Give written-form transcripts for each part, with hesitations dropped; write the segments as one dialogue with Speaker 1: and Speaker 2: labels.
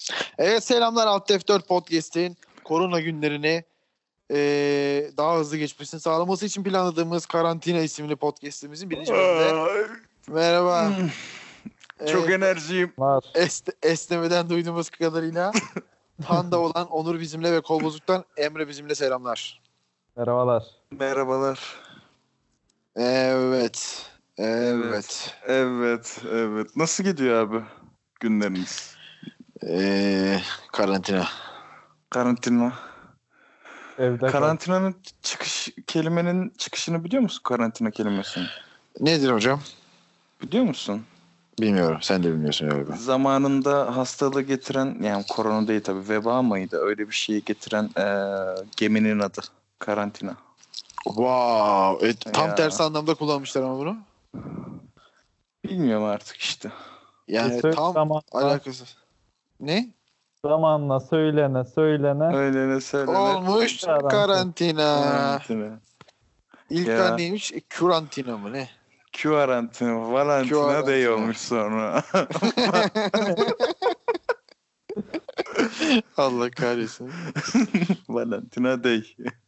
Speaker 1: Evet, selamlar. Alt F4 Podcast'in korona günlerini daha hızlı geçmesini sağlaması için planladığımız Karantina isimli podcast'imizin birinci bölümünde. Merhaba.
Speaker 2: Çok enerjiyim.
Speaker 3: Var.
Speaker 1: Esnemeden duyduğumuz kadarıyla Panda olan Onur bizimle ve Kolbozuk'tan Emre bizimle selamlar.
Speaker 3: Merhabalar.
Speaker 2: Merhabalar.
Speaker 1: Evet.
Speaker 2: Nasıl gidiyor abi günleriniz?
Speaker 1: Karantina.
Speaker 2: Karantina.
Speaker 3: Evde
Speaker 2: Karantinanın kelimenin çıkışını biliyor musun, karantina kelimesini?
Speaker 1: Nedir hocam?
Speaker 2: Biliyor musun?
Speaker 1: Bilmiyorum. Sen de bilmiyorsun galiba.
Speaker 2: Zamanında hastalığı getiren, yani korona değil tabii, veba mıydı? Öyle bir şeyi getiren geminin adı. Karantina.
Speaker 1: Wow. Tam
Speaker 2: Ya.
Speaker 1: tersi anlamda kullanmışlar ama bunu.
Speaker 2: Bilmiyorum artık işte.
Speaker 1: Yani tam alakası. Ne?
Speaker 3: Zamanla söylene.
Speaker 2: Öyle ne söylenir?
Speaker 1: Olmuş karantina. İlk neymiş? Kürantina mı ne?
Speaker 2: Küarantina, Valentina Day olmuş sonra.
Speaker 1: Allah kahretsin.
Speaker 2: Valentina Day.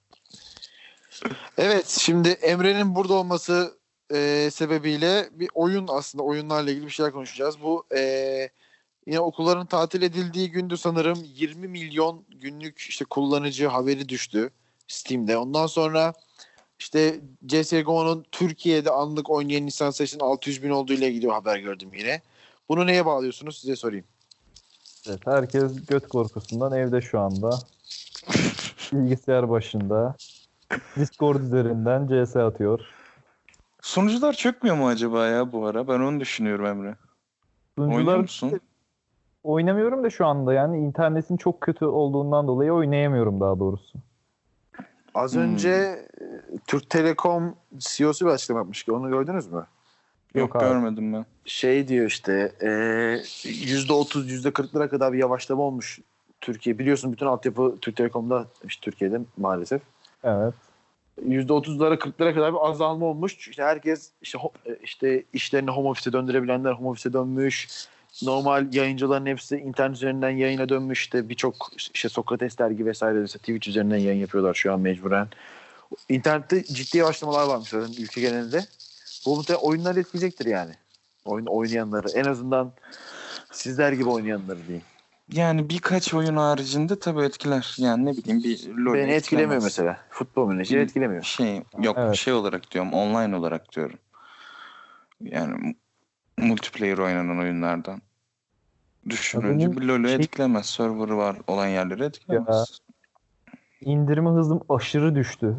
Speaker 1: Evet, şimdi Emre'nin burada olması sebebiyle bir oyun, aslında oyunlarla ilgili bir şeyler konuşacağız. Bu yine okulların tatil edildiği gündü sanırım. 20 milyon günlük işte kullanıcı haberi düştü Steam'de. Ondan sonra işte CSGO'nun Türkiye'de anlık oynayan insan sayısının 600 bin olduğu ile ilgili haber gördüm yine. Bunu neye bağlıyorsunuz, size sorayım.
Speaker 3: Evet, herkes göt korkusundan evde şu anda. Bilgisayar başında. Discord üzerinden CS atıyor.
Speaker 2: Sunucular çökmüyor mu acaba ya bu ara? Ben onu düşünüyorum Emre. Oynuyor musun?
Speaker 3: Oynamıyorum da şu anda, yani internetin çok kötü olduğundan dolayı oynayamıyorum daha doğrusu.
Speaker 1: Az önce Türk Telekom CEO'su bir açıklama yapmış ki, onu gördünüz mü?
Speaker 2: Yok görmedim ben.
Speaker 1: Şey diyor işte %30 %40'lara kadar bir yavaşlama olmuş Türkiye. Biliyorsun bütün altyapı Türk Telekom'da, işte Türkiye'de maalesef.
Speaker 3: Evet.
Speaker 1: %30'lara 40'lara kadar bir azalma olmuş. İşte herkes işte işlerini home office'e döndürebilenler home office'e dönmüş. Normal yayıncıların hepsi internet üzerinden yayına dönmüş. İşte birçok işte Sokrates dergi vesaire mesela Twitch üzerinden yayın yapıyorlar şu an mecburen. İnternette ciddi yavaşlamalar varmış zaten ülke genelinde. Bu muhtemelen oyunları etkileyecektir yani. Oynayanları. En azından sizler gibi oynayanları diyeyim.
Speaker 2: Yani birkaç oyun haricinde tabii etkiler. Yani ne bileyim, bir LoL
Speaker 1: beni etkilemiyor mesela. Futbol menajeri etkilemiyor.
Speaker 2: Yok
Speaker 3: Evet.
Speaker 2: Şey olarak diyorum, online olarak diyorum. Yani multiplayer oynanan oyunlardan düşününce bir LoL'ü etkilemez. Server'ı var olan yerleri etkilemez.
Speaker 3: İndirme hızım aşırı düştü.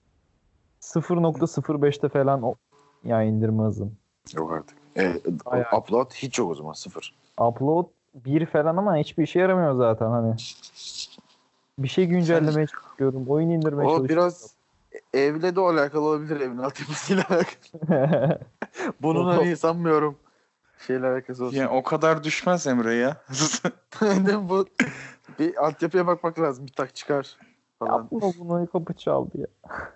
Speaker 3: 0.05'te falan yani indirme hızım.
Speaker 1: Yok artık. Upload hiç yok o zaman, 0.
Speaker 3: Upload 1 falan ama hiçbir işe yaramıyor zaten hani. Bir şey güncellemeye çalışıyorum, oyun indirmeye çalışıyorum.
Speaker 1: O biraz evle de alakalı olabilir, evin altyapısıyla alakalı. Bunun hani sanmıyorum şeyle alakası olsun.
Speaker 2: Yani o kadar düşmez Emre ya.
Speaker 1: Bu bir altyapıya bakmak lazım. Bir tak çıkar falan.
Speaker 3: Yapma bunu, kapı çaldı ya.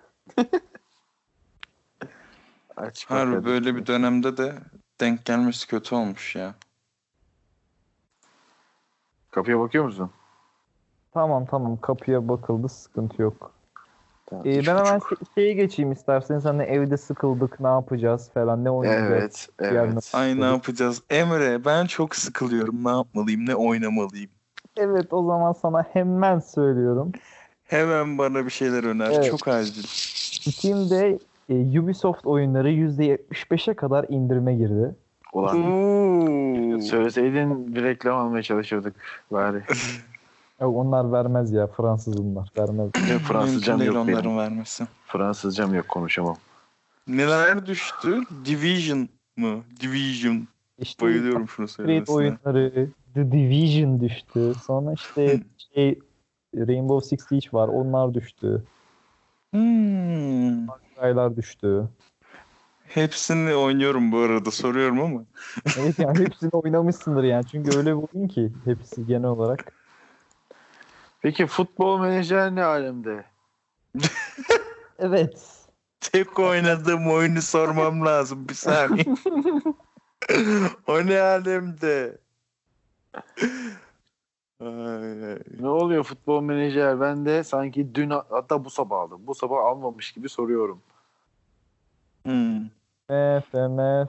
Speaker 2: Harbi böyle bir dönemde de denk gelmesi kötü olmuş ya.
Speaker 1: Kapıya bakıyor musun?
Speaker 3: Tamam, kapıya bakıldı, sıkıntı yok.
Speaker 1: Tamam,
Speaker 3: Ben hemen şeye geçeyim isterseniz, hani evde sıkıldık, ne yapacağız falan, ne oynayacağız.
Speaker 1: Evet.
Speaker 2: Ay, ne yapacağız? Emre, ben çok sıkılıyorum, ne yapmalıyım, ne oynamalıyım?
Speaker 3: Evet, o zaman sana hemen söylüyorum.
Speaker 2: Hemen bana bir şeyler öner,
Speaker 3: Evet.
Speaker 2: çok acil.
Speaker 3: Steam'de Ubisoft oyunları %75'e kadar indirime girdi.
Speaker 1: Ulan söyleseydin bir reklam almaya çalışırdık bari.
Speaker 3: Yok, onlar vermez ya, Fransız bunlar, vermez.
Speaker 1: Fransızcam
Speaker 2: değil
Speaker 1: yok
Speaker 2: onların
Speaker 1: benim.
Speaker 2: vermesi.
Speaker 1: Fransızcam yok, konuşamam.
Speaker 2: Neler düştü? Division mı? Division.
Speaker 3: İşte
Speaker 2: Bayılıyorum şunu söylemesine.
Speaker 3: oyunları, The Division düştü. Sonra işte Rainbow Six Siege var, onlar düştü. Aylar düştü.
Speaker 2: Hepsini oynuyorum bu arada, soruyorum ama.
Speaker 3: Evet, yani hepsini oynamışsındır yani. Çünkü öyle bir oyun ki hepsi genel olarak.
Speaker 1: Peki futbol menajer ne alemde?
Speaker 3: Evet.
Speaker 2: Tek oynadığım oyunu sormam lazım, bir saniye. O ne alemde?
Speaker 1: Futbol Menajer, ben de sanki dün hatta bu sabah aldım. Bu sabah almamış gibi soruyorum.
Speaker 3: FM.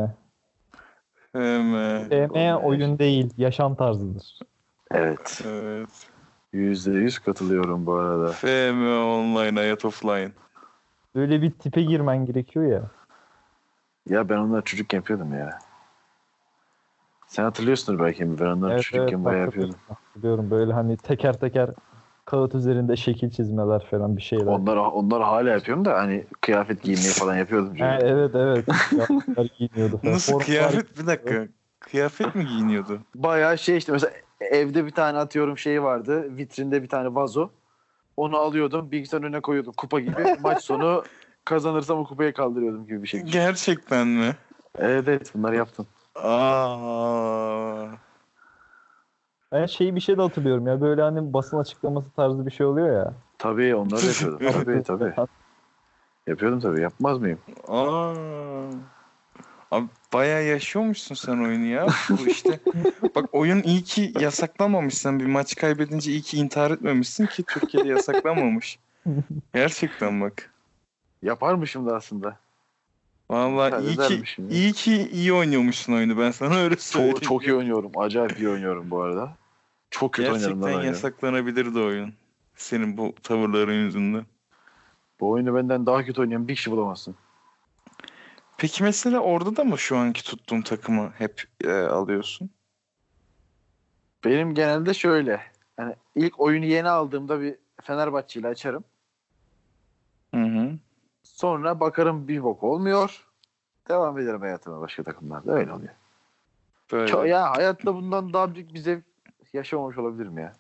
Speaker 2: FM.
Speaker 3: FM oyun değil, yaşam tarzıdır.
Speaker 1: Evet.
Speaker 2: Evet.
Speaker 1: %100 katılıyorum bu arada.
Speaker 2: FM online, hayat offline.
Speaker 3: Böyle bir tipe girmen gerekiyor ya.
Speaker 1: Ya ben onları çocukken yapıyordum ya. Sen hatırlıyorsundur belki. Ben onları çocukken bayağı yapıyordum.
Speaker 3: Hatırlıyorum. Böyle hani teker teker kağıt üzerinde şekil çizmeler falan bir şeyler.
Speaker 1: Onları hala yapıyorum da hani kıyafet giymeyi falan yapıyordum.
Speaker 3: Ha, evet. Kıyafetler giyiniyordu falan.
Speaker 2: Nasıl
Speaker 3: Formalar-
Speaker 2: kıyafet? Bir dakika. Kıyafet mi giyiniyordu?
Speaker 1: Bayağı şey işte mesela evde bir tane atıyorum şey vardı. Vitrinde bir tane vazo. Onu alıyordum. Bilgisayarın önüne koyuyordum. Kupa gibi. Maç sonu kazanırsam o kupayı kaldırıyordum gibi bir şey.
Speaker 2: Gerçekten mi?
Speaker 1: Evet bunları yaptım.
Speaker 2: Aa.
Speaker 3: Ben bir şey de hatırlıyorum ya. Böyle hani basın açıklaması tarzı bir şey oluyor ya.
Speaker 1: Tabii onları da yapıyordum. tabii. Yapıyordum tabii. Yapmaz mıyım?
Speaker 2: Aa. Abi bayağı yaşıyormuşsun sen oyunu ya. Bu işte bak oyun iyi ki yasaklanmamış. Sen bir maç kaybedince iyi ki intihar etmemişsin ki Türkiye'de yasaklanmamış. Gerçekten bak.
Speaker 1: Yaparmışım da aslında.
Speaker 2: Vallahi
Speaker 1: İntihar edermişim ya.
Speaker 2: iyi ki iyi oynuyormuşsun oyunu. Ben sana öyle söyleyeyim.
Speaker 1: Çok iyi oynuyorum. Acayip iyi oynuyorum bu arada. Çok kötü oynarım
Speaker 2: Gerçekten
Speaker 1: ben oyunu.
Speaker 2: yasaklanabilirdi oyun. Senin bu tavırların yüzünden.
Speaker 1: Bu oyunu benden daha kötü oynayan bir kişi bulamazsın.
Speaker 2: Peki mesela orada da mı şu anki tuttuğum takımı hep alıyorsun?
Speaker 1: Benim genelde şöyle. Hani ilk oyunu yeni aldığımda bir Fenerbahçe ile açarım.
Speaker 2: Hı.
Speaker 1: Sonra bakarım bir bok olmuyor. Devam ederim hayatıma başka takımlarda. Öyle oluyor.
Speaker 2: Böyle.
Speaker 1: Ya hayatta bundan daha büyük bir zevk yaşamamış olabilirim ya.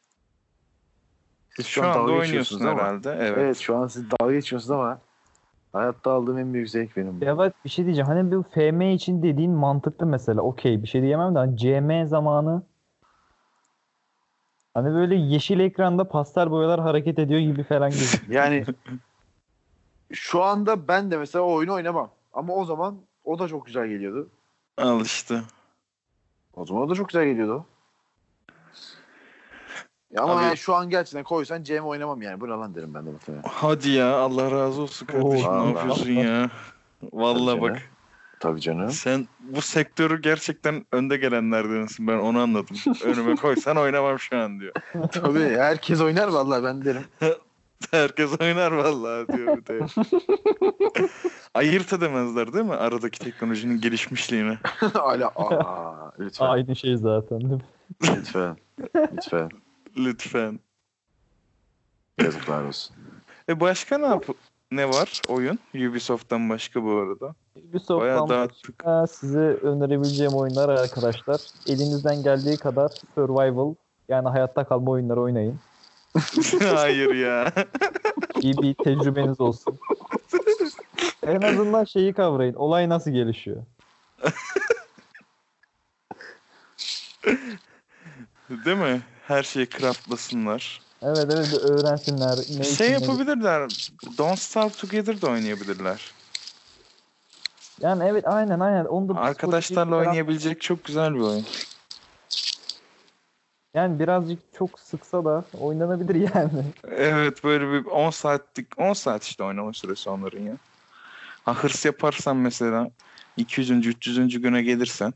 Speaker 1: Siz
Speaker 2: Şu
Speaker 1: an
Speaker 2: anda
Speaker 1: dalga
Speaker 2: oynuyorsun
Speaker 1: geçiyorsunuz ama.
Speaker 2: herhalde. Evet.
Speaker 1: Evet şu an siz dalga geçiyorsunuz ama hayatta aldığım en büyük zevk benim. bu.
Speaker 3: Evet, bir şey diyeceğim. Hani bu FM için dediğin mantıklı mesela. Okey, bir şey diyemem de hani CM zamanı hani böyle yeşil ekranda pastel boyalar hareket ediyor gibi falan gözüküyor.
Speaker 1: Yani şu anda ben de mesela o oyunu oynamam. Ama o zaman o da çok güzel geliyordu.
Speaker 2: Al işte.
Speaker 1: O zaman o da çok güzel geliyordu. Ya ama
Speaker 2: Abi-
Speaker 1: yani şu an gerçekten koysan CM oynamam yani. Bu ne lan derim ben de muhtemelen.
Speaker 2: Hadi ya, Allah razı olsun kardeşim.
Speaker 1: Oo,
Speaker 2: Ne
Speaker 1: Allah
Speaker 2: yapıyorsun
Speaker 3: Allah.
Speaker 2: ya? Vallahi
Speaker 1: Tabii canım.
Speaker 2: bak.
Speaker 1: Tabii canım.
Speaker 2: Sen bu sektörü gerçekten önde gelenlerdensin. Ben onu anladım. Önüme koysan oynamam şu an diyor.
Speaker 1: Tabii herkes oynar vallahi ben derim.
Speaker 2: Herkes oynar vallahi diyor bir de. Ayırt edemezler değil mi? Aradaki teknolojinin gelişmişliğini.
Speaker 1: Hala lütfen.
Speaker 3: Aynı şey zaten değil mi?
Speaker 1: Lütfen. Lütfen.
Speaker 2: Lütfen.
Speaker 1: Yazıklar olsun.
Speaker 2: Başka ne var oyun? Ubisoft'tan başka bu arada. Bayağı
Speaker 3: Ubisoft'tan
Speaker 2: dağıttık.
Speaker 3: başka size önerebileceğim oyunlar arkadaşlar. Elinizden geldiği kadar survival yani hayatta kalma oyunları oynayın.
Speaker 2: Hayır ya.
Speaker 3: İyi bir tecrübeniz olsun. En azından şeyi kavrayın. Olay nasıl gelişiyor?
Speaker 2: Değil mi? Her şeyi craftlasınlar.
Speaker 3: Evet bir öğrensinler. Ne
Speaker 2: Şey
Speaker 3: için ne-
Speaker 2: yapabilirler. Don't Starve Together da oynayabilirler.
Speaker 3: Yani evet aynen. Onu da
Speaker 2: Arkadaşlarla
Speaker 3: psikolojik falan-
Speaker 2: oynayabilecek çok güzel bir oyun.
Speaker 3: Yani birazcık çok sıksa da oynanabilir yani.
Speaker 2: Evet, böyle bir 10 saat işte oynama süresi onların ya. Ha, hırs yaparsan mesela 200. 300. güne gelirsen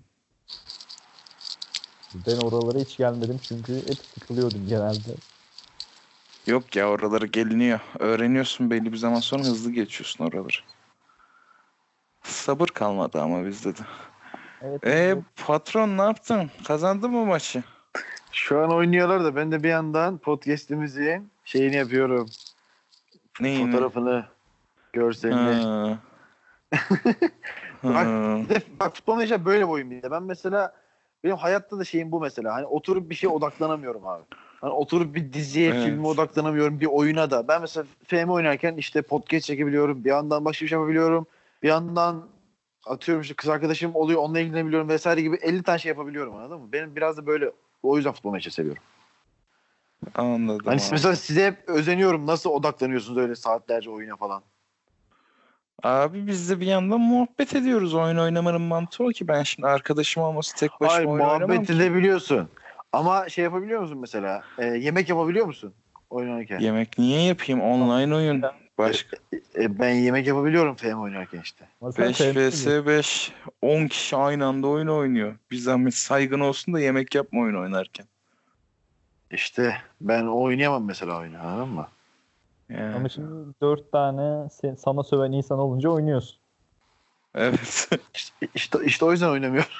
Speaker 3: Ben oralara hiç gelmedim çünkü hep sıkılıyordum genelde.
Speaker 2: yok ya, oraları geliniyor. Öğreniyorsun, belli bir zaman sonra hızlı geçiyorsun oraları. Sabır kalmadı ama bizde de.
Speaker 3: Evet.
Speaker 2: Patron ne yaptın? Kazandın mı maçı?
Speaker 1: Şu an oynuyorlar da ben de bir yandan podcast'imizin şeyini yapıyorum.
Speaker 2: Neyini?
Speaker 1: Fotoğrafını, görselini.
Speaker 2: Ha.
Speaker 1: Bak,
Speaker 2: Ha.
Speaker 1: bak futbol menajer böyle bir oyun bir de. Ben mesela benim hayatta da şeyim bu mesela. Hani oturup bir şeye odaklanamıyorum abi. Hani oturup bir diziye,
Speaker 2: Evet.
Speaker 1: filme odaklanamıyorum. Bir oyuna da. Ben mesela FM oynarken işte podcast çekebiliyorum. Bir yandan başka bir şey yapabiliyorum. Bir yandan atıyorum işte kız arkadaşım oluyor. Onunla ilgilenebiliyorum vesaire gibi 50 tane şey yapabiliyorum, anladın mı? Benim biraz da böyle, o yüzden futbol menajer seviyorum.
Speaker 2: Anladım
Speaker 1: Hani
Speaker 2: abi.
Speaker 1: mesela size hep özeniyorum. Nasıl odaklanıyorsunuz öyle saatlerce oyuna falan?
Speaker 2: Abi biz de bir yandan muhabbet ediyoruz. Oyun oynamanın mantığı o ki, ben şimdi arkadaşım olması tek
Speaker 1: Hayır,
Speaker 2: başıma oyun oynamam
Speaker 1: muhabbet
Speaker 2: ki.
Speaker 1: edebiliyorsun. Ama şey yapabiliyor musun mesela? Yemek yapabiliyor musun oyun oynarken?
Speaker 2: Yemek niye yapayım? Online oyun. Başka
Speaker 1: Ben yemek yapabiliyorum FM oynarken işte.
Speaker 3: Ama sen
Speaker 2: 5
Speaker 3: FM
Speaker 2: vs
Speaker 3: oynuyorsun.
Speaker 2: 5 10 kişi aynı anda oyun oynuyor. Bir zahmet saygın olsun da yemek yapma oyun oynarken.
Speaker 1: İşte ben oynayamam mesela oyunu, anladın mı?
Speaker 3: Ama
Speaker 2: Yani,
Speaker 3: şimdi 4 tane sana söven insan olunca oynuyorsun.
Speaker 2: evet.
Speaker 1: İşte o yüzden oynamıyorum.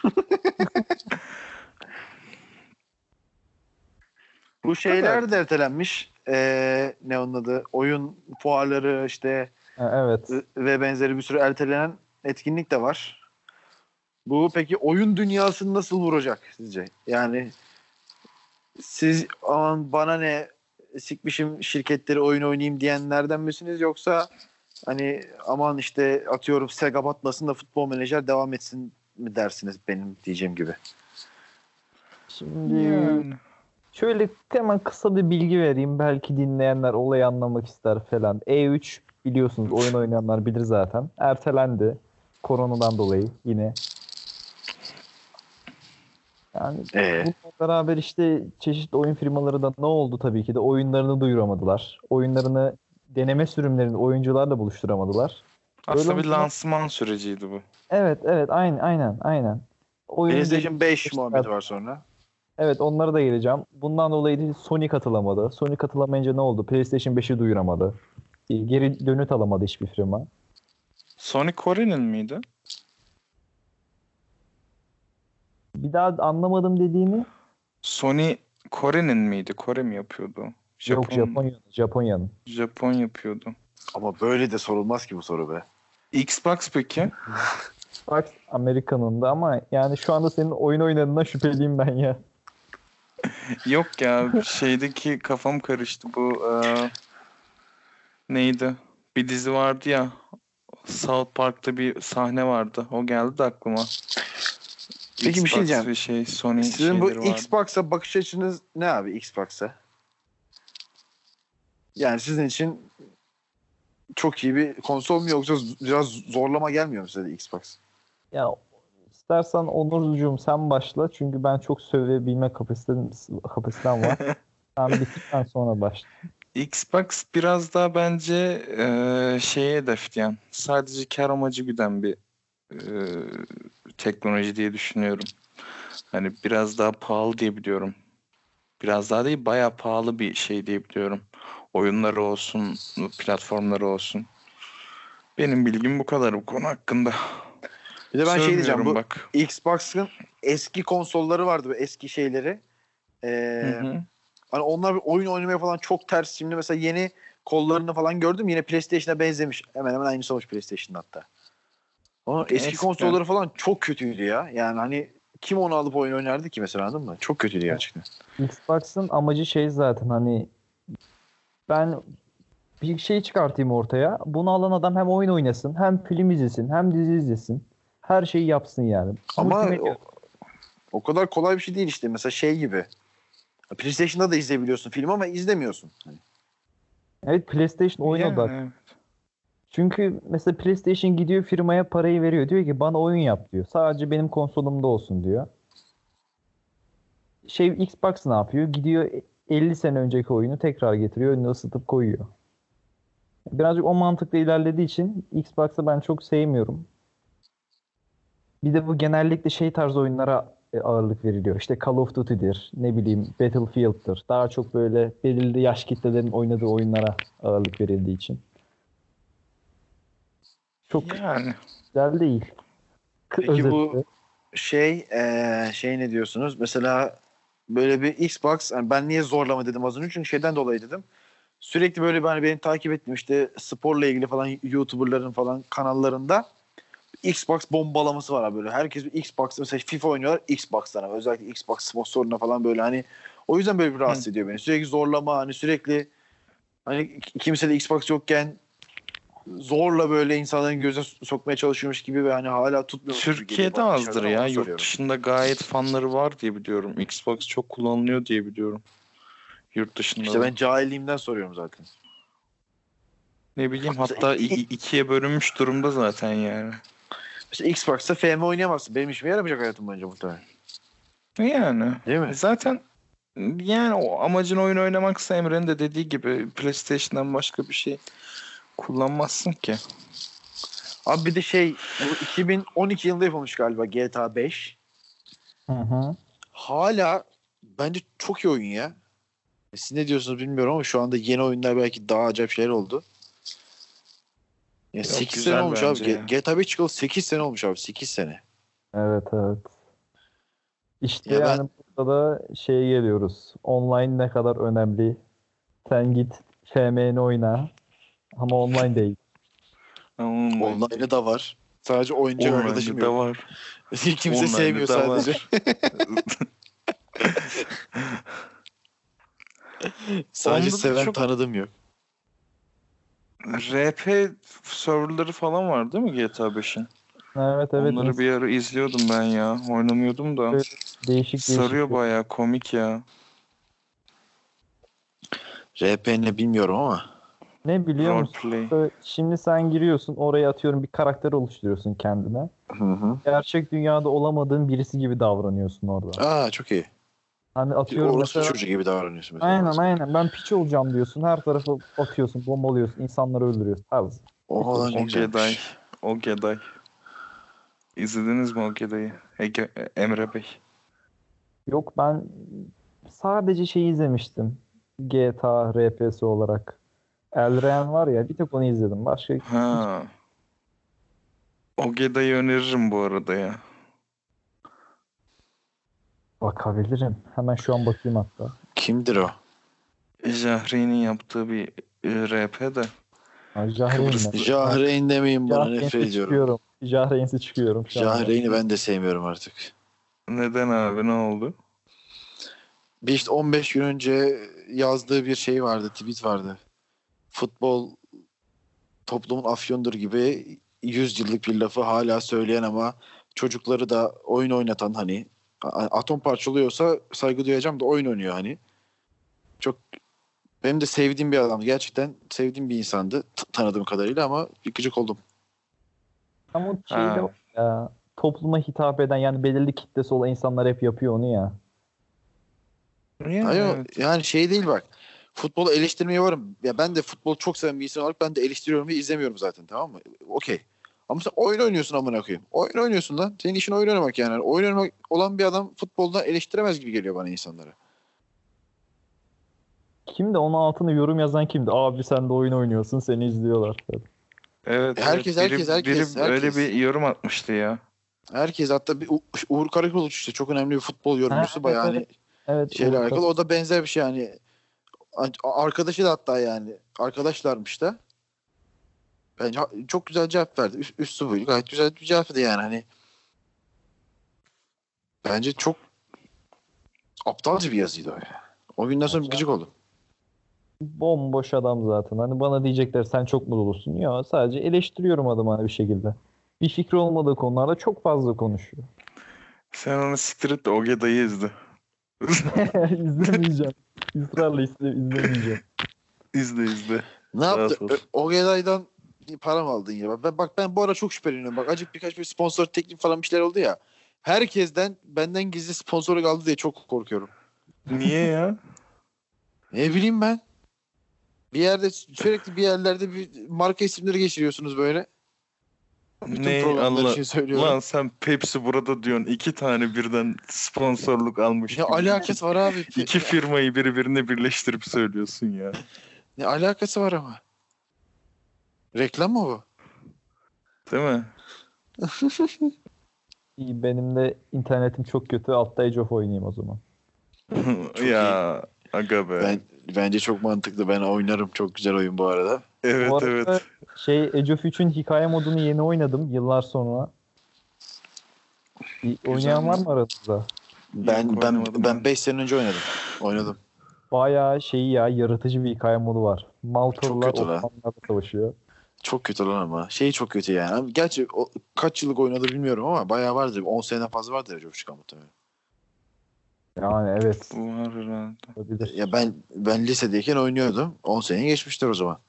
Speaker 1: Bu
Speaker 2: kadar.
Speaker 1: şeyler de ertelenmiş. Ne onun adı? Oyun fuarları işte
Speaker 3: Ha, evet.
Speaker 1: ve benzeri bir sürü ertelenen etkinlik de var. Bu peki oyun dünyasını nasıl vuracak sizce? Yani siz aman bana ne sikmişim şirketleri oyun oynayayım diyenlerden misiniz, yoksa hani aman işte atıyorum Sega batmasın da Futbol Menajer devam etsin mi dersiniz benim diyeceğim gibi?
Speaker 3: Şimdi
Speaker 2: Yani.
Speaker 3: şöyle hemen kısa bir bilgi vereyim. Belki dinleyenler olayı anlamak ister falan. E3 biliyorsunuz, oyun oynayanlar bilir zaten. Ertelendi. Koronadan dolayı yine. Yani
Speaker 1: Ee,
Speaker 3: bununla beraber işte çeşitli oyun firmaları da ne oldu, tabii ki de oyunlarını duyuramadılar. Oyunlarını, deneme sürümlerini oyuncularla buluşturamadılar. Öyle
Speaker 2: Aslında bir
Speaker 3: olunca
Speaker 2: lansman süreciydi bu.
Speaker 3: evet, evet, aynen. Oyun geliyor.
Speaker 1: PlayStation 5 muhabbeti var sonra.
Speaker 3: Evet, onlara da geleceğim. Bundan dolayı da Sony katılamadı. Sony katılamayınca ne oldu? PlayStation 5'i duyuramadı. Geri dönüt alamadı hiçbir firma.
Speaker 2: Sony Kore'nin miydi?
Speaker 3: Bir daha anlamadım dediğini.
Speaker 2: Sony Kore'nin miydi? Kore mi yapıyordu?
Speaker 3: Yok, Japonya'nın.
Speaker 2: Japon yapıyordu.
Speaker 1: Ama böyle de sorulmaz ki bu soru be.
Speaker 2: Xbox peki?
Speaker 3: Xbox Amerika'nın da, ama yani şu anda senin oyun oynadığından şüpheliyim ben ya.
Speaker 2: Yok ya, şeydeki kafam karıştı bu neydi? Bir dizi vardı ya, South Park'ta bir sahne vardı. O geldi de aklıma.
Speaker 1: Peki bir şey
Speaker 2: Xbox
Speaker 1: diyeceğim.
Speaker 2: ve Sony
Speaker 1: Sizin bu
Speaker 2: şeyleri vardı.
Speaker 1: Xbox'a bakış açınız ne abi, Xbox'a? Yani sizin için çok iyi bir konsol mu, yoksa biraz zorlama gelmiyor mu size de Xbox?
Speaker 3: Ya istersen Onurcuğum sen başla. Çünkü ben çok sövebilme kapasitem var. Sen bittikten sonra başla.
Speaker 2: Xbox biraz daha bence şeye hedefleyen, sadece kar amacı güden bir eee, teknoloji diye düşünüyorum. Hani biraz daha pahalı diye biliyorum. Biraz daha değil, bayağı pahalı bir şey diye biliyorum. Oyunları olsun, platformları olsun. Benim bilgim bu kadar bu konu hakkında.
Speaker 1: Bir de ben şey diyeceğim,
Speaker 2: Sövmüyorum
Speaker 1: bu
Speaker 2: bak.
Speaker 1: Xbox'ın eski konsolları vardı, bu eski şeyleri.
Speaker 2: Hı
Speaker 1: Ee,
Speaker 2: hı.
Speaker 1: Hani onlar bir oyun oynamaya falan çok ters. Şimdi mesela yeni kollarını falan gördüm, yine PlayStation'a benzemiş. Hemen hemen aynısı olmuş PlayStation'da hatta. Ama eski
Speaker 2: Eskiden
Speaker 1: konsolları falan çok kötüydü ya. Yani hani kim onu alıp oyun oynardı ki mesela, anladın mı? Çok kötüydü gerçekten.
Speaker 3: Xbox'ın amacı şey zaten, hani ben bir şey çıkartayım ortaya. Bunu alan adam hem oyun oynasın, hem film izlesin, hem dizi izlesin. Her şeyi yapsın yani.
Speaker 1: Ama
Speaker 3: Multimedya.
Speaker 1: o kadar kolay bir şey değil işte. Mesela şey gibi. PlayStation'da da izleyebiliyorsun film ama izlemiyorsun. Hani
Speaker 3: Evet, PlayStation oyun odak.
Speaker 2: yani
Speaker 3: Çünkü mesela PlayStation gidiyor firmaya parayı veriyor. Diyor ki bana oyun yap diyor. Sadece benim konsolumda olsun diyor. Xbox ne yapıyor? Gidiyor 50 sene önceki oyunu tekrar getiriyor. Önüne ısıtıp koyuyor. Birazcık o mantıkla ilerlediği için Xbox'ı ben çok sevmiyorum. Bir de bu genellikle şey tarzı oyunlara ağırlık veriliyor. İşte Call of Duty'dir, ne bileyim Battlefield'dır. Daha çok böyle belirli yaş kitlelerin oynadığı oyunlara ağırlık verildiği için. Çok
Speaker 2: yani
Speaker 3: güzel değil.
Speaker 1: peki bu
Speaker 3: Özetle.
Speaker 1: şey ne diyorsunuz? Mesela böyle bir Xbox, yani ben niye zorlama dedim az önce? Çünkü şeyden dolayı dedim. Sürekli böyle hani benim takip ettiğim işte sporla ilgili falan YouTuber'ların falan kanallarında Xbox bombalaması var abi böyle. Herkes bir Xbox, mesela FIFA oynuyorlar Xbox'tan abi. Özellikle Xbox sponsoruna falan böyle hani, o yüzden böyle bir
Speaker 2: hı.
Speaker 1: rahatsız ediyor beni. Sürekli zorlama, hani sürekli hani kimse de Xbox yokken zorla böyle insanların gözüne sokmaya çalışıyormuş gibi ve hani hala tutmuyormuş gibi geliyor
Speaker 2: Türkiye'de
Speaker 1: bana
Speaker 2: azdır
Speaker 1: dışarıdan,
Speaker 2: ya.
Speaker 1: onu
Speaker 2: Yurt
Speaker 1: soruyorum.
Speaker 2: dışında gayet fanları var diye biliyorum. Xbox çok kullanılıyor diye biliyorum. Yurt dışında
Speaker 1: İşte
Speaker 2: da.
Speaker 1: ben cahilliğimden soruyorum zaten.
Speaker 2: Ne bileyim,
Speaker 1: Mesela,
Speaker 2: hatta ikiye bölünmüş durumda zaten yani.
Speaker 1: mesela Xbox'ta FM oynayamazsın. Benim işime yaramayacak hayatım boyunca muhtemelen.
Speaker 2: Yani
Speaker 1: Değil mi?
Speaker 2: zaten Yani o amacın oyun oynamaksa Emre'nin de dediği gibi PlayStation'dan başka bir şey kullanmazsın ki.
Speaker 1: Abi bir de bu 2012 yılında yapılmış galiba GTA 5.
Speaker 3: Hı hı.
Speaker 1: Hala bence çok iyi oyun ya. Siz ne diyorsunuz bilmiyorum ama şu anda yeni oyunlar belki daha acayip şeyler oldu. Ya
Speaker 2: Yok,
Speaker 1: 8 sene
Speaker 2: güzel
Speaker 1: olmuş abi.
Speaker 2: bence ya.
Speaker 1: GTA 5 çıkalı 8 sene olmuş abi. 8 sene.
Speaker 3: Evet evet. İşte
Speaker 1: Ya ben
Speaker 3: yani burada da şeye geliyoruz. Online ne kadar önemli. Sen git FM'ni oyna ama online değil.
Speaker 1: online'ı da var. Sadece oynayacak arkadaşım
Speaker 2: Online'ı da
Speaker 1: yok.
Speaker 2: var.
Speaker 1: Kimse
Speaker 2: Online'ı
Speaker 1: sevmiyor
Speaker 2: da
Speaker 1: sadece.
Speaker 2: var.
Speaker 1: Sadece
Speaker 2: Onda da
Speaker 1: seven
Speaker 2: çok
Speaker 1: tanıdığım yok.
Speaker 2: RP serverları falan var değil mi GTA 5'in?
Speaker 3: Evet evet.
Speaker 2: Onları bir ara izliyordum ben ya. Oynamıyordum da.
Speaker 3: Böyle değişik değişik.
Speaker 2: Sarıyor bayağı, komik ya.
Speaker 1: RP ne bilmiyorum ama.
Speaker 3: Ne biliyor musun?
Speaker 2: Roleplay.
Speaker 3: Şimdi sen giriyorsun oraya atıyorum bir karakter oluşturuyorsun kendine.
Speaker 1: Hı hı.
Speaker 3: Gerçek dünyada olamadığın birisi gibi davranıyorsun orada.
Speaker 1: Aa çok iyi.
Speaker 3: Hani atıyorum
Speaker 1: Orası
Speaker 3: mesela
Speaker 1: çocuğu gibi davranıyorsun mesela
Speaker 3: aynen
Speaker 1: bazen.
Speaker 3: aynen ben piç olacağım diyorsun. Her tarafı atıyorsun, bombalıyorsun, insanları öldürüyorsun. Tarzı.
Speaker 1: Oha lan ne
Speaker 2: Ogeday.
Speaker 1: güzelmiş.
Speaker 2: Ogeday. İzlediniz mi Ogeday'ı? Emre Bey.
Speaker 3: Yok ben sadece şey izlemiştim. GTA RP'si olarak. Elren var ya bir tek onu izledim. Başka hiç
Speaker 2: Ha. Ogeday'ı öneririm bu arada ya.
Speaker 3: bakabilirim. Hemen şu an bakayım hatta.
Speaker 1: Kimdir o?
Speaker 2: Jahre'nin yaptığı bir RP de.
Speaker 3: Jahreyn'le.
Speaker 2: Kıbrıslı.
Speaker 1: Jahreyn demeyin bana nefret
Speaker 3: Jahreyn'si
Speaker 1: ediyorum.
Speaker 3: çıkıyorum. Jahreyn'si çıkıyorum şu anda.
Speaker 1: Jahreyn'i ben de sevmiyorum artık.
Speaker 2: Neden abi, ne oldu?
Speaker 1: Bir işte 15 gün önce yazdığı bir şey vardı, tweet vardı. Futbol toplumun afyondur gibi 100 yıllık bir lafı hala söyleyen ama çocukları da oyun oynatan hani atom parçalıyorsa saygı duyacağım da oyun oynuyor hani. Çok benim de sevdiğim bir adam. Gerçekten sevdiğim bir insandı tanıdığım kadarıyla ama bir gıcık oldum.
Speaker 3: Ama o şey de
Speaker 2: Ha.
Speaker 3: var ya, topluma hitap eden yani belirli kitlesi olan insanlar hep yapıyor onu ya.
Speaker 2: Yani
Speaker 1: Hayır,
Speaker 2: evet.
Speaker 1: yani şey değil bak. Futbolu eleştirmeye varım. Ya ben de futbolu çok seven bir insan olarak ben de eleştiriyorum ve izlemiyorum zaten, tamam mı? Okey. Ama sen oyun oynuyorsun amına koyayım. Oyun oynuyorsun lan. Senin işin oyun oynamak yani. Oyun oynamak olan bir adam futbolda eleştiremez gibi geliyor bana insanlara.
Speaker 3: Kimdi onun altına yorum yazan kimdi? Abi sen de oyun oynuyorsun seni izliyorlar.
Speaker 2: Evet
Speaker 1: Herkes
Speaker 2: evet. Biri
Speaker 1: herkes
Speaker 2: biri
Speaker 1: herkes
Speaker 2: öyle
Speaker 1: herkes.
Speaker 2: bir yorum atmıştı ya.
Speaker 1: Herkes hatta bir Uğur Karakuluç işte çok önemli bir futbol
Speaker 3: Ha,
Speaker 1: yorumcusu
Speaker 3: evet
Speaker 1: bayağı
Speaker 3: evet.
Speaker 1: hani
Speaker 3: Evet
Speaker 1: şeyle
Speaker 3: Uğur
Speaker 1: alakalı. O da benzer bir şey yani. Arkadaşı da hatta yani. Arkadaşlarmış da. Bence çok güzel cevap verdi. Üstü buydu. Gayet güzel bir cevaptı yani hani. Bence çok aptalca bir yazıydı o ya. O günden sonra bir gıcık oldum.
Speaker 3: bomboş adam zaten. Hani bana diyecekler sen çok mutlusun. Ya sadece eleştiriyorum adamı hani bir şekilde. Bir fikri olmadığı konularda çok fazla konuşuyor.
Speaker 2: Sen onu siktir et de Ogeday'ı izle.
Speaker 3: İzlemeyeceğim. İsrarla izlemeyeceğim.
Speaker 2: İzle izle.
Speaker 1: Ne yaptı?
Speaker 2: Rahat ol.
Speaker 1: Ogeday'dan para mı aldın ya? Ben bu ara çok şüpheleniyorum. Bak acık birkaç bir sponsor teklif falan bir şeyler oldu ya. Herkesten benden gizli sponsorluk aldı diye çok korkuyorum.
Speaker 2: Niye ya?
Speaker 1: Ne bileyim ben. Bir yerde sürekli bir yerlerde bir marka isimleri geçiriyorsunuz böyle. Bütün
Speaker 2: Ne
Speaker 1: programlar
Speaker 2: Allah.
Speaker 1: için söylüyorum.
Speaker 2: Lan sen Pepsi burada diyorsun. 2 tane birden sponsorluk almış
Speaker 1: Ne
Speaker 2: gibi.
Speaker 1: alakası var abi?
Speaker 2: İki firmayı birbirine birleştirip söylüyorsun ya.
Speaker 1: Ne alakası var ama? Reklam mı bu?
Speaker 2: Değil mi?
Speaker 3: İyi, benim de internetim çok kötü. Altta Age of oynayayım o zaman.
Speaker 1: Çok iyi.
Speaker 2: Ya aga be.
Speaker 1: Bence çok mantıklı. Ben oynarım. Çok güzel oyun bu arada.
Speaker 3: Bu
Speaker 2: Evet
Speaker 3: arada
Speaker 2: evet.
Speaker 3: Age of 3'ün hikaye modunu yeni oynadım yıllar sonra.
Speaker 2: Güzel
Speaker 3: Oynayan var
Speaker 2: mi?
Speaker 3: mı aranızda?
Speaker 1: Ben
Speaker 2: oynamadım
Speaker 1: ben 5 sene önce oynadım. Oynadım.
Speaker 3: Bayağı yaratıcı bir hikaye modu var.
Speaker 1: Çok
Speaker 3: Maltorlar
Speaker 1: kötü lan.
Speaker 3: Osmanlılarla savaşıyor.
Speaker 1: Çok kötü lan ama. Şey çok kötü yani. Gerçi kaç yıllık oynadı bilmiyorum ama bayağı vardır. 10 seneden fazla vardır Age of çıkan muhtemelen.
Speaker 3: Yani evet.
Speaker 2: Bu var herhalde.
Speaker 3: Olabilir.
Speaker 1: Ya ben lisedeyken oynuyordum. 10 sene geçmiştir o zaman.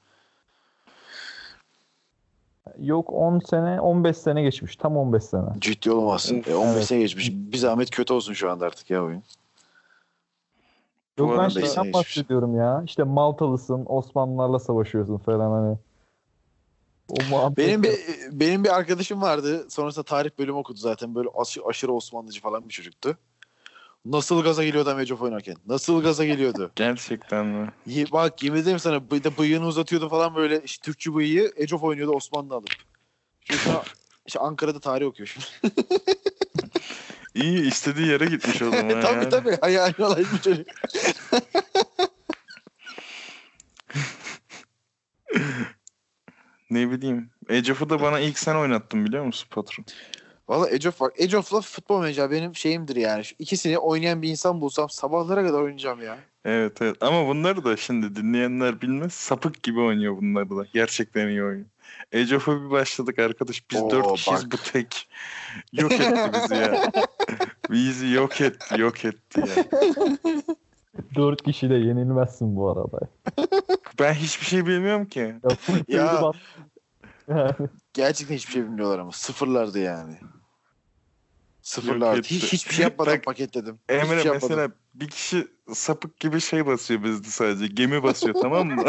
Speaker 3: Yok 10 sene 15 sene geçmiş. Tam 15 sene.
Speaker 1: Ciddi olamazsın.
Speaker 2: Of.
Speaker 1: 15
Speaker 3: Evet.
Speaker 1: sene geçmiş. Bir zahmet kötü olsun şu anda artık ya oyun.
Speaker 3: Yok ben
Speaker 2: arada
Speaker 1: şeyden
Speaker 3: şeyden bahsediyorum ya. İşte Maltalısın, Osmanlılarla savaşıyorsun falan hani. O muhabbet.
Speaker 1: Benim bir arkadaşım vardı. Sonrasında tarih bölümü okudu zaten. Böyle aşırı Osmanlıcı falan bir çocuktu. Nasıl gaza geliyordu Age of oynarken? Nasıl gaza geliyordu?
Speaker 2: Gerçekten mi?
Speaker 1: Bak yemin ederim sana bir de bıyığını uzatıyordu falan böyle işte Türkçü bıyığı Age of oynuyordu Osmanlı alıp. Şu an işte Ankara'da tarih okuyor şimdi.
Speaker 2: İyi istediği yere gitmiş o zaman
Speaker 1: Tabii
Speaker 2: yani.
Speaker 1: tabii. Hayali olaymış çocuk.
Speaker 2: Ne bileyim. Age of'u da bana ilk sen oynattın biliyor musun patron?
Speaker 1: Valla Age of var. Age of'la futbol manager benim şeyimdir yani. Şu ikisini oynayan bir insan bulsam sabahlara kadar oynayacağım ya.
Speaker 2: Evet evet. Ama bunları da şimdi dinleyenler bilmez. Sapık gibi oynuyor bunları da. Gerçekten iyi oynuyor. Age of'a bir başladık arkadaş. Biz 4 kişiyiz
Speaker 1: Bak.
Speaker 2: bu tek. Yok etti bizi ya. Bizi yok etti ya.
Speaker 3: 4 kişiyle yenilmezsin bu arada.
Speaker 2: Ben hiçbir şey bilmiyorum ki.
Speaker 3: Ya full
Speaker 1: Ya.
Speaker 3: fail'i bas. Yani.
Speaker 1: Gerçekten hiçbir şey bilmiyorlar ama. Sıfırlardı yani. Sıfırlardı.
Speaker 2: Yok etti.
Speaker 1: Hiçbir şey yapmadan
Speaker 2: Bak,
Speaker 1: paketledim.
Speaker 2: Emre
Speaker 1: Hiçbir şey yapmadım.
Speaker 2: mesela bir kişi sapık gibi şey basıyor bizde sadece. Gemi basıyor tamam mı?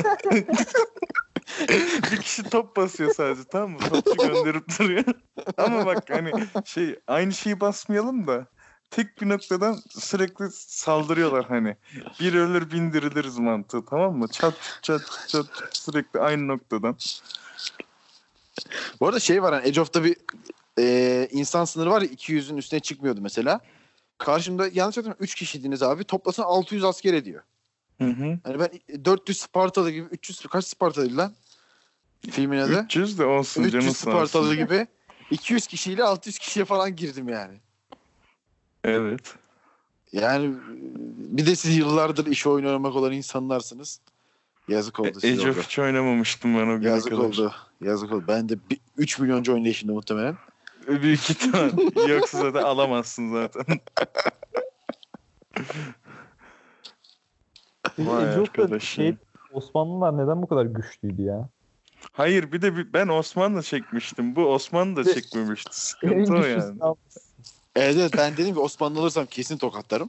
Speaker 2: Bir kişi top basıyor sadece tamam mı? Topçu gönderip duruyor. Ama bak hani aynı şeyi basmayalım da tek bir noktadan sürekli saldırıyorlar hani. Bir ölür bin diriliriz mantığı tamam mı? Çat çat çat sürekli aynı noktadan.
Speaker 1: Bu arada şey var hani Age of'ta bir insan sınırı var ya 200'ün üstüne çıkmıyordu mesela. Karşımda yanlış hatırlamıyorum 3 kişiydiniz abi. Toplasan 600 asker ediyor.
Speaker 2: Hı hı.
Speaker 1: Hani ben 400 Spartalı gibi 300 kaç Spartalıydı lan? Filmin adı.
Speaker 2: 300 de olsun
Speaker 1: 300
Speaker 2: canın sağ olsun.
Speaker 1: Spartalı gibi 200 kişiyle 600 kişiye falan girdim yani.
Speaker 2: Evet.
Speaker 1: Yani bir de siz yıllardır iş oynamak olan insanlarsınız. Yazık oldu size
Speaker 2: Age of
Speaker 1: orada.
Speaker 2: hiç oynamamıştım ben o güne
Speaker 1: Yazık
Speaker 2: kadar.
Speaker 1: oldu. Yazık oldu. Ben de 3 milyoncu oynayışında muhtemelen.
Speaker 2: Büyük ihtimal. Yoksa zaten alamazsın zaten.
Speaker 3: Peki
Speaker 2: Vay
Speaker 3: Age of'ta
Speaker 2: arkadaş ya.
Speaker 3: Osmanlılar neden bu kadar güçlüydü ya?
Speaker 2: Hayır bir de ben Osmanlı çekmiştim. Bu Osmanlı da çekmemişti.
Speaker 3: En
Speaker 2: Sıkıntı o
Speaker 3: güçlüsünü
Speaker 2: yani.
Speaker 3: almışsın.
Speaker 1: Evet ben dedim ki Osmanlı alırsam kesin tokatlarım.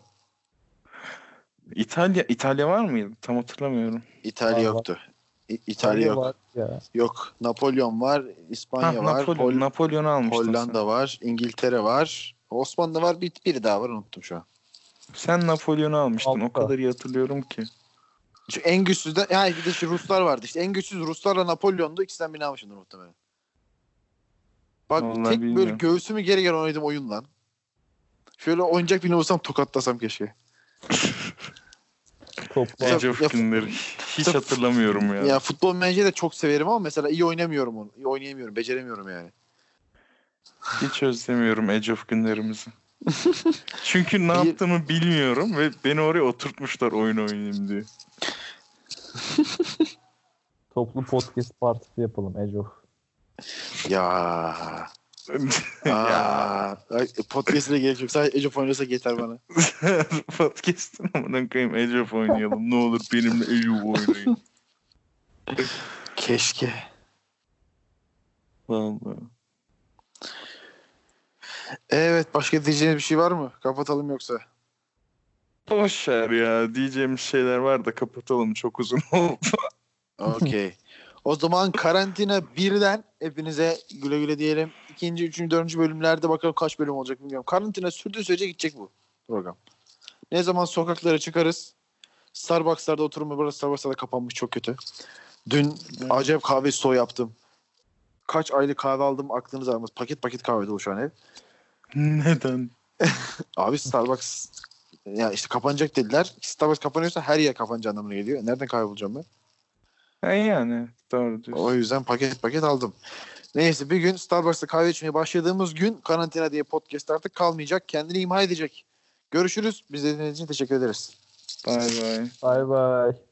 Speaker 2: İtalya var mıydı? Tam hatırlamıyorum.
Speaker 1: İtalya
Speaker 3: Var, var.
Speaker 1: yoktu. İtalya yok.
Speaker 3: Var ya.
Speaker 1: Yok. Napolyon var. İspanya var.
Speaker 2: Napolyon'u almıştın
Speaker 1: Hollanda var. İngiltere var. Osmanlı var. Biri daha var. Unuttum şu an.
Speaker 2: sen. Napolyon'u almıştın. O
Speaker 3: Altta.
Speaker 2: kadar iyi hatırlıyorum ki.
Speaker 1: Şu en güçsüz de yani bir de şu Ruslar vardı. İşte en güçsüz Ruslarla Napolyon'du. İkisinden birini almışımdır muhtemelen. Bak
Speaker 2: Vallahi
Speaker 1: tek böyle
Speaker 2: bilmiyorum.
Speaker 1: göğsümü geri geri oynadığım oyun lan. Şöyle oyuncak birini bulsam tokatlasam keşke.
Speaker 3: Topla.
Speaker 2: Age of günleri. Hiç
Speaker 1: Sırf-
Speaker 2: hatırlamıyorum ya.
Speaker 1: Ya futbol menajeri de çok severim ama mesela iyi oynamıyorum onu. İyi oynayamıyorum. Beceremiyorum yani.
Speaker 2: Hiç özlemiyorum Age of günlerimizi. Çünkü ne
Speaker 1: Bir-
Speaker 2: yaptığımı bilmiyorum ve beni oraya oturtmuşlar oyun oynayayım diye.
Speaker 3: Toplu podcast partisi yapalım Age of.
Speaker 1: Ya.
Speaker 2: Ya.
Speaker 1: Podcast'ine gerek yok. Sadece Age of oynasak yeter bana.
Speaker 2: Podcast'ın amına koyayım Age of oynayalım. Ne olur benimle Age of oynayın.
Speaker 1: Keşke.
Speaker 2: Vallahi.
Speaker 1: Evet. Başka diyeceğiniz bir şey var mı? Kapatalım yoksa.
Speaker 2: Boş ver ya. Diyeceğimiz şeyler var da kapatalım. Çok uzun oldu.
Speaker 1: Okey. O zaman karantina 1'den hepinize güle güle diyelim. 2. 3. 4. bölümlerde bakalım kaç bölüm olacak bilmiyorum. Karantina sürdüğü sürece gidecek bu program. Ne zaman sokaklara çıkarız? Starbucks'larda oturma. Burası Starbucks'larda kapanmış çok kötü. Dün acayip kahve stoğu yaptım. Kaç aylık kahve aldım aklınız almaz. Paket paket kahve dolu şu an ev.
Speaker 2: Neden?
Speaker 1: Abi Starbucks ya işte kapanacak dediler. Starbucks kapanıyorsa her yer kapanacağı anlamına geliyor. Nereden kahve bulacağım ben?
Speaker 2: Yani doğru diyorsun.
Speaker 1: O yüzden paket paket aldım. Neyse bir gün Starbucks'ta kahve içmeye başladığımız gün karantina diye podcast artık kalmayacak. Kendini imha edecek. Görüşürüz. Biz de dinlediğiniz için teşekkür ederiz.
Speaker 2: Bay bay.
Speaker 3: Bay bay.